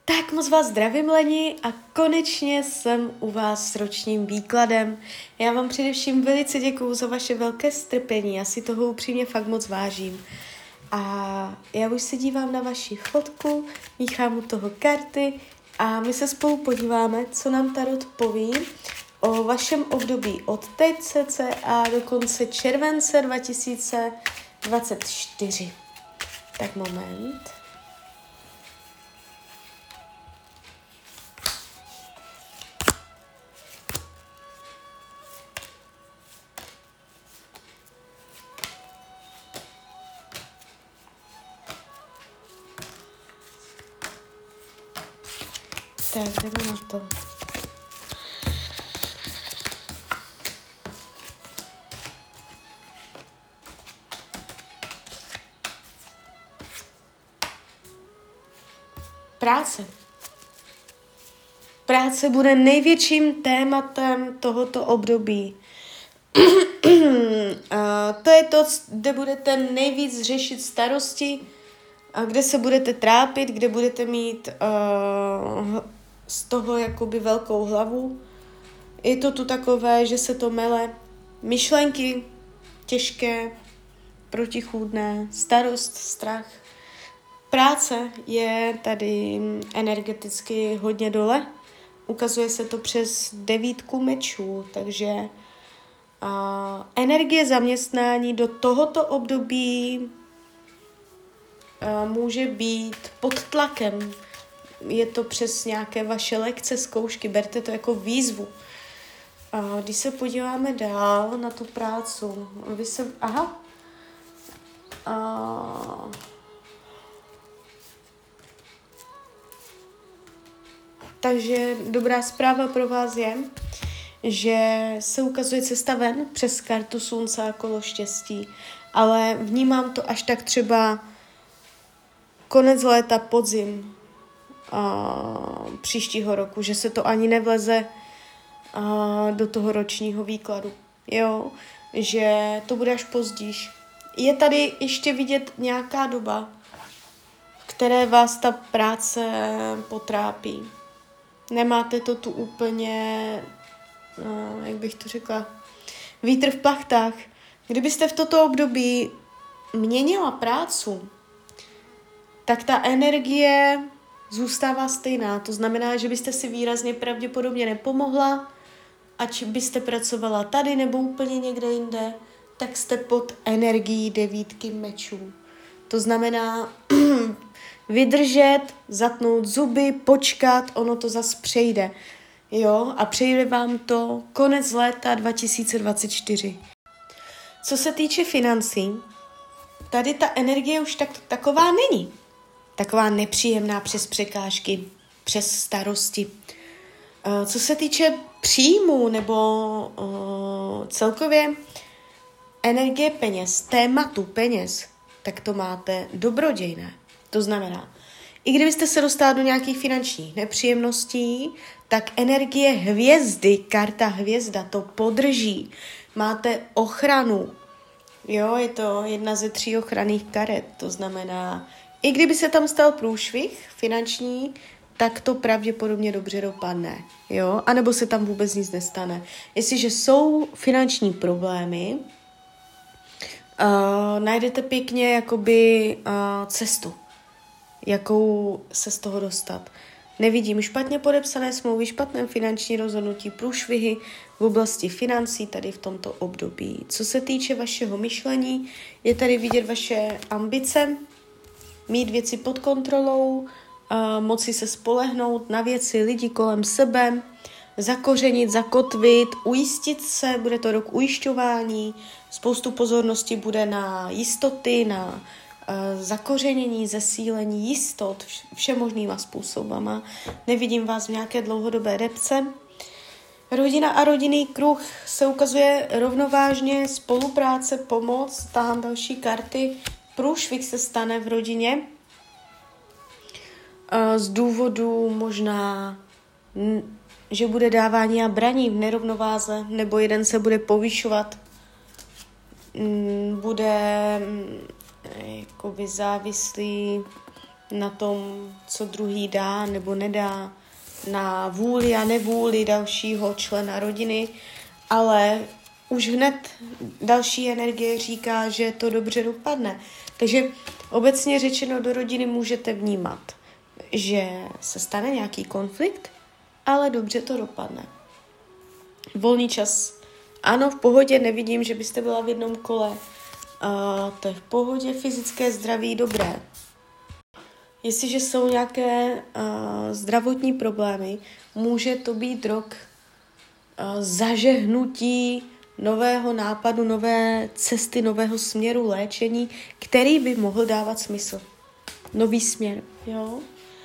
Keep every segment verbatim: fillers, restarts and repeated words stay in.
Tak moc vás zdravím, leni, a konečně jsem u vás s ročním výkladem. Já vám především velice děkuju za vaše velké strpení, já si toho upřímně fakt moc vážím. A já už se dívám na vaši fotku, míchám u toho karty a my se spolu podíváme, co nám tarot poví o vašem období od teď cca do konce července dva tisíce dvacet čtyři. Tak moment. Tak, jdeme na to. Práce. Práce bude největším tématem tohoto období. A to je to, kde budete nejvíc řešit starosti, a kde se budete trápit, kde budete mít uh, z toho jakoby velkou hlavu. Je to tu takové, že se to mele. Myšlenky těžké, protichůdné, starost, strach. Práce je tady energeticky hodně dole. Ukazuje se to přes devítku mečů, takže uh, energie zaměstnání do tohoto období uh, může být pod tlakem. Je to přes nějaké vaše lekce, zkoušky, berte to jako výzvu. Uh, když se podíváme dál na tu prácu, vy se... Aha. Uh, Takže dobrá zpráva pro vás je, že se ukazuje cesta ven přes kartu slunce a kolo štěstí, ale vnímám to až tak třeba konec léta, podzim a příštího roku, že se to ani nevleze a do toho ročního výkladu. Jo, že to bude až později. Je tady ještě vidět nějaká doba, v které vás ta práce potrápí. Nemáte to tu úplně, no, jak bych to řekla, vítr v plachtách. Kdybyste v toto období měnila prácu, tak ta energie zůstává stejná. To znamená, že byste si výrazně pravděpodobně nepomohla, ať byste pracovala tady nebo úplně někde jinde, tak jste pod energií devítky mečů. To znamená vydržet, zatnout zuby, počkat, ono to zas přejde. Jo, a přejde vám to konec léta dva tisíce dvacet čtyři. Co se týče financí, tady ta energie už tak, taková není. Taková nepříjemná přes překážky, přes starosti. Co se týče příjmů nebo uh, celkově energie peněz, tématu peněz, tak to máte dobrodějné. To znamená, i kdybyste se dostali do nějakých finančních nepříjemností, tak energie hvězdy, karta hvězda to podrží. Máte ochranu. Jo, je to jedna ze tří ochranných karet. To znamená, i kdyby se tam stal průšvih finanční, tak to pravděpodobně dobře dopadne. Jo, anebo se tam vůbec nic nestane. Jestliže jsou finanční problémy, uh, najdete pěkně jakoby uh, cestu, jakou se z toho dostat. Nevidím špatně podepsané smlouvy, špatné finanční rozhodnutí, průšvihy v oblasti financí tady v tomto období. Co se týče vašeho myšlení, je tady vidět vaše ambice, mít věci pod kontrolou, uh, moci se spolehnout na věci, lidi kolem sebe, zakořenit, zakotvit, ujistit se, bude to rok ujišťování, spoustu pozornosti bude na jistoty, na zakořenění, zesílení jistot všemožnýma způsobama. Nevidím vás v nějaké dlouhodobé depce. Rodina a rodinný kruh se ukazuje rovnovážně, spolupráce, pomoc, tahám další karty. Průšvih se stane v rodině z důvodu možná, že bude dávání a braní v nerovnováze, nebo jeden se bude povyšovat, bude jakoby závislý na tom, co druhý dá nebo nedá, na vůli a nevůli dalšího člena rodiny, ale už hned další energie říká, že to dobře dopadne. Takže obecně řečeno do rodiny můžete vnímat, že se stane nějaký konflikt, ale dobře to dopadne. Volný čas. Ano, v pohodě, nevidím, že byste byla v jednom kole. Uh, to je v pohodě, fyzické zdraví, dobré. Jestliže jsou nějaké uh, zdravotní problémy, může to být rok uh, zažehnutí nového nápadu, nové cesty, nového směru léčení, který by mohl dávat smysl. Nový směr, jo.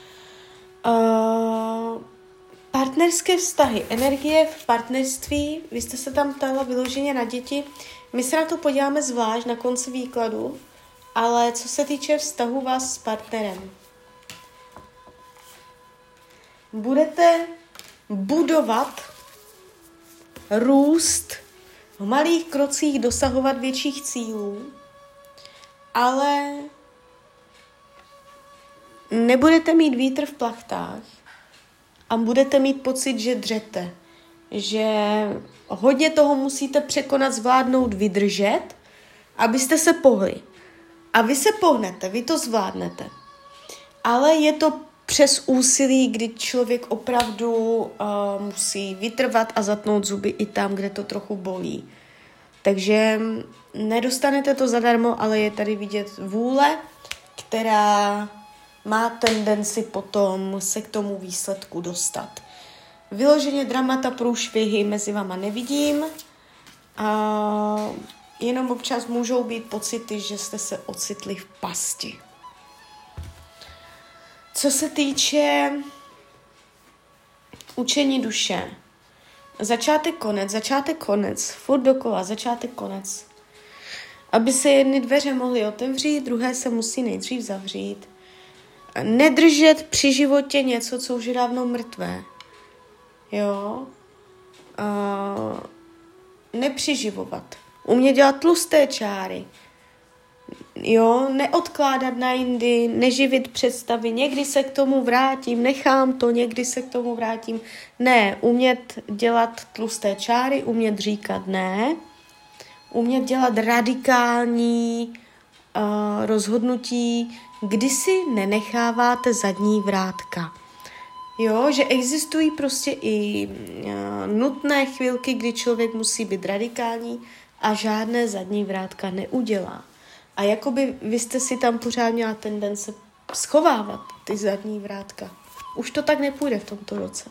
Uh, partnerské vztahy, energie v partnerství, vy jste se tam ptala vyloženě na děti, my se na to podíváme zvlášť na konci výkladu, ale co se týče vztahu vás s partnerem, budete budovat, růst, v malých krocích dosahovat větších cílů, ale nebudete mít vítr v plachtách a budete mít pocit, že dřete, že hodně toho musíte překonat, zvládnout, vydržet, abyste se pohli. A vy se pohnete, vy to zvládnete. Ale je to přes úsilí, kdy člověk opravdu uh, musí vytrvat a zatnout zuby i tam, kde to trochu bolí. Takže nedostanete to zadarmo, ale je tady vidět vůle, která má tendenci potom se k tomu výsledku dostat. Vyloženě dramata, průšvihy mezi váma nevidím. A jenom občas můžou být pocity, že jste se ocitli v pasti. Co se týče učení duše, začátek, konec, začátek, konec, furt dokola, začátek, konec. Aby se jedny dveře mohly otevřít, druhé se musí nejdřív zavřít. Nedržet při životě něco, co už je dávno mrtvé. Jo? Uh, nepřiživovat. Umět dělat tlusté čáry. Jo, neodkládat na jindy, neživit představy, někdy se k tomu vrátím, nechám to, někdy se k tomu vrátím. Ne, umět dělat tlusté čáry, umět říkat ne, umět dělat radikální uh, rozhodnutí, kdy si nenecháváte zadní vrátka. Jo, že existují prostě i uh, nutné chvilky, kdy člověk musí být radikální a žádné zadní vrátka neudělá. A jakoby vy jste si tam pořád měla tendence schovávat ty zadní vrátka. Už to tak nepůjde v tomto roce.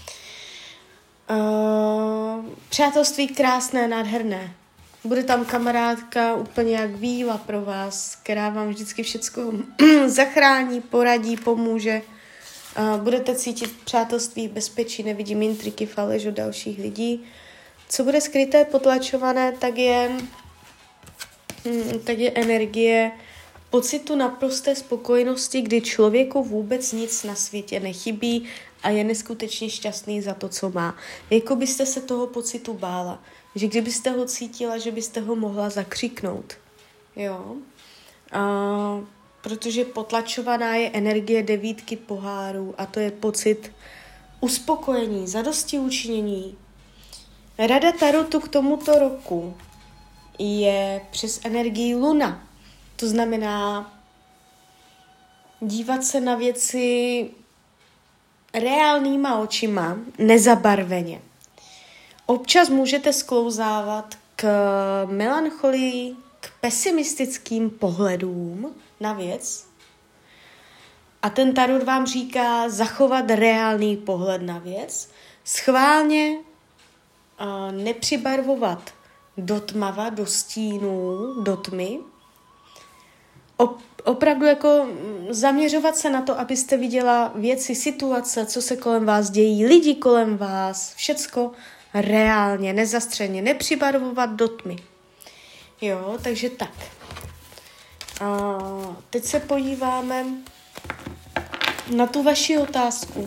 Uh, přátelství krásné, nádherné. Bude tam kamarádka úplně jak víla pro vás, která vám vždycky všecko zachrání, poradí, pomůže. Uh, budete cítit přátelství, bezpečí, nevidím intriky, faleš od dalších lidí. Co bude skryté, potlačované, tak je... Hmm, tak je energie pocitu naprosté spokojenosti, kdy člověku vůbec nic na světě nechybí a je neskutečně šťastný za to, co má. Jako byste se toho pocitu bála, že kdybyste ho cítila, že byste ho mohla zakřiknout. Jo? A, protože potlačovaná je energie devítky pohárů a to je pocit uspokojení, zadosti učinění. Rada tarotu k tomuto roku je přes energii luna. To znamená dívat se na věci reálnýma očima, nezabarveně. Občas můžete sklouzávat k melancholii, k pesimistickým pohledům na věc. A ten tarot vám říká zachovat reálný pohled na věc, schválně uh, nepřibarvovat do tmava, do stínů, do tmy. Op- opravdu jako zaměřovat se na to, abyste viděla věci, situace, co se kolem vás dějí, lidi kolem vás, všecko reálně, nezastřeně, nepřibarvovat do tmy. Jo, takže tak. A teď se podíváme na tu vaši otázku.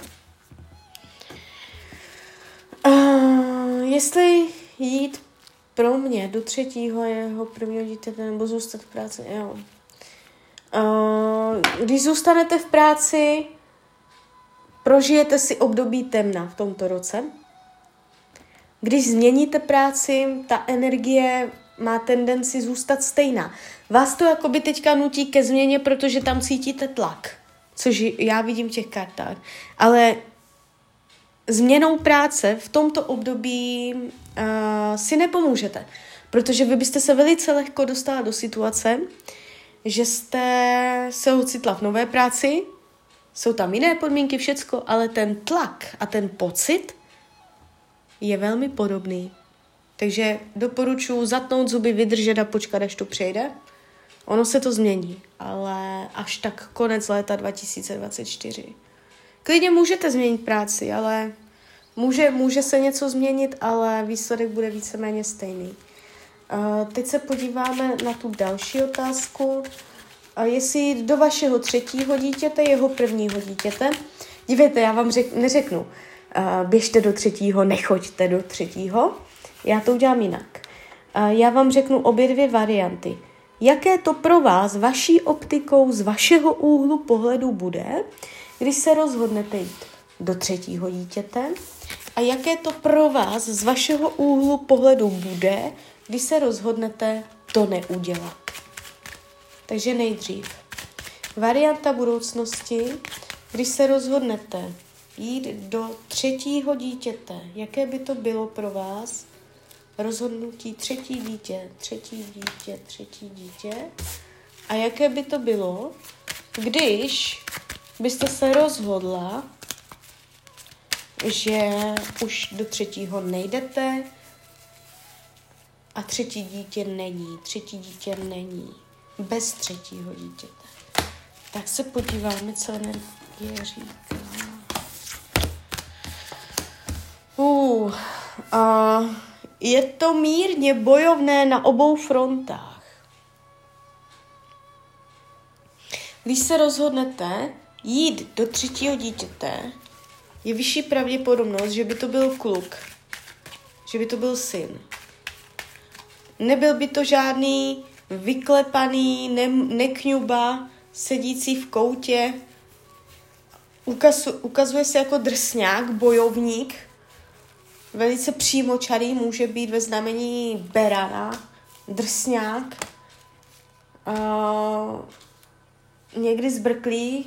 A jestli jít pro mě do třetího jeho prvního dítěte nebo zůstat v práci, jo. Uh, když zůstanete v práci, prožijete si období temna v tomto roce. Když změníte práci, ta energie má tendenci zůstat stejná. Vás to jakoby teďka nutí ke změně, protože tam cítíte tlak, což já vidím v těch kartách. Ale změnou práce v tomto období uh, si nepomůžete, protože vy byste se velice lehko dostala do situace, že jste se ocitla v nové práci, jsou tam jiné podmínky, všecko, ale ten tlak a ten pocit je velmi podobný. Takže doporučuji zatnout zuby, vydržet a počkat, až to přejde. Ono se to změní, ale až tak konec léta dva tisíce dvacet čtyři. Klidně můžete změnit práci, ale může, může se něco změnit, ale výsledek bude víceméně stejný. Uh, teď se podíváme na tu další otázku. Uh, jestli do vašeho třetího dítěte, jeho prvního dítěte. Dívejte, já vám řek, neřeknu, uh, běžte do třetího, nechoďte do třetího. Já to udělám jinak. Uh, já vám řeknu obě dvě varianty. Jaké to pro vás vaší optikou z vašeho úhlu pohledu bude, když se rozhodnete jít do třetího dítěte, a jaké to pro vás z vašeho úhlu pohledu bude, když se rozhodnete to neudělat. Takže nejdřív. Varianta budoucnosti, když se rozhodnete jít do třetího dítěte, jaké by to bylo pro vás rozhodnutí třetí dítě, třetí dítě, třetí dítě, a jaké by to bylo, když byste se rozhodla, že už do třetího nejdete a třetí dítě není, třetí dítě není, bez třetího dítěte. Tak se podíváme, co energie říká. Uh, uh, je to mírně bojovné na obou frontách. Když se rozhodnete jít do třetího dítěte, je vyšší pravděpodobnost, že by to byl kluk, že by to byl syn. Nebyl by to žádný vyklepaný ne- nekňuba, sedící v koutě. Ukaz- ukazuje se jako drsňák, bojovník, velice přímočarý, může být ve znamení berana, drsňák, uh, někdy zbrklý.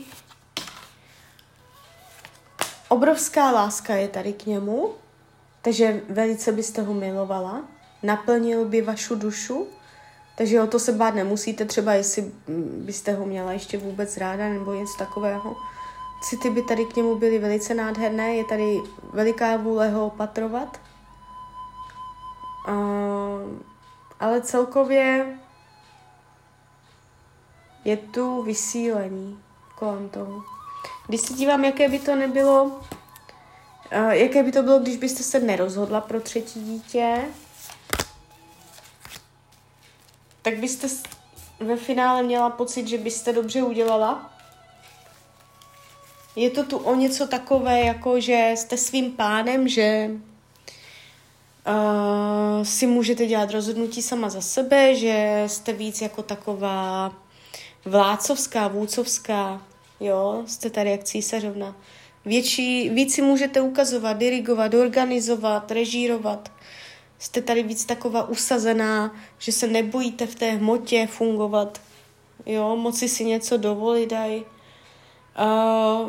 Obrovská láska je tady k němu, takže velice byste ho milovala, naplnil by vašu dušu, takže o to se bát nemusíte, třeba jestli byste ho měla ještě vůbec ráda nebo něco takového. City by tady k němu byly velice nádherné, je tady veliká vůle ho opatrovat. Uh, ale celkově je tu vysílení kolem toho. Když se dívám, jaké by to nebylo, uh, jaké by to bylo, když byste se nerozhodla pro třetí dítě, tak byste ve finále měla pocit, že byste dobře udělala. Je to tu o něco takové, jako že jste svým pánem, že uh, si můžete dělat rozhodnutí sama za sebe, že jste víc jako taková vládcovská, vůdcovská, jo, jste tady jak císařovna. Větší, víc si můžete ukazovat, dirigovat, organizovat, režírovat. Jste tady víc taková usazená, že se nebojíte v té hmotě fungovat, jo, moci si něco dovolit dají. Uh,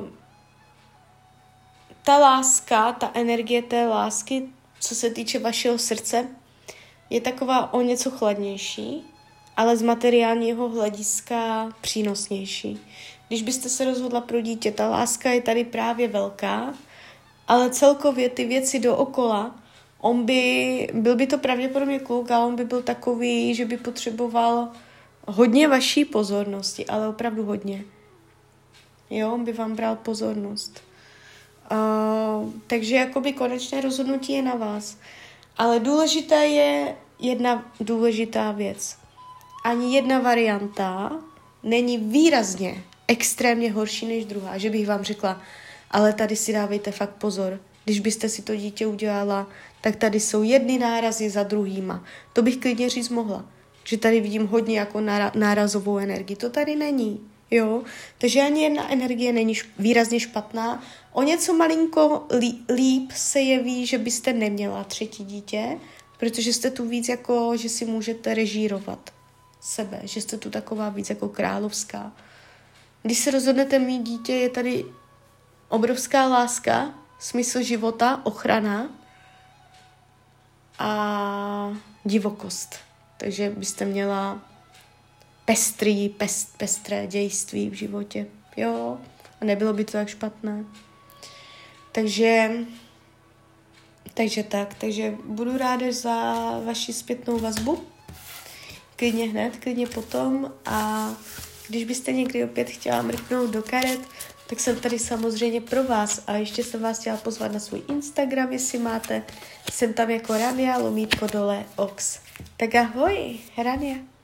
ta láska, ta energie té lásky, co se týče vašeho srdce, je taková o něco chladnější, ale z materiálního hlediska přínosnější. Když byste se rozhodla pro dítě, ta láska je tady právě velká, ale celkově ty věci dookola, on by, byl by to pravděpodobně kluk, a on by byl takový, že by potřeboval hodně vaší pozornosti, ale opravdu hodně. Jo, on by vám bral pozornost. Uh, takže jakoby konečné rozhodnutí je na vás. Ale důležitá je jedna důležitá věc. Ani jedna varianta není výrazně extrémně horší než druhá. Že bych vám řekla, ale tady si dávejte fakt pozor. Když byste si to dítě udělala, tak tady jsou jedny nárazy za druhýma. To bych klidně říct mohla. Že tady vidím hodně jako nárazovou energii. To tady není. Jo, takže ani jedna energie není š- výrazně špatná. O něco malinko lí- líp se jeví, že byste neměla třetí dítě, protože jste tu víc jako, že si můžete režírovat sebe, že jste tu taková víc jako královská. Když se rozhodnete mít dítě, je tady obrovská láska, smysl života, ochrana a divokost. Takže byste měla pestrý, pest, pestré dějství v životě. Jo, a nebylo by to tak špatné. Takže, takže tak, takže budu ráda za vaši zpětnou vazbu. Klidně hned, klidně potom. A když byste někdy opět chtěla mrknout do karet, tak jsem tady samozřejmě pro vás. A ještě jsem vás chtěla pozvat na svůj Instagram, jestli máte. Jsem tam jako Rania, lomítko dole, ox. Tak ahoj, Rania.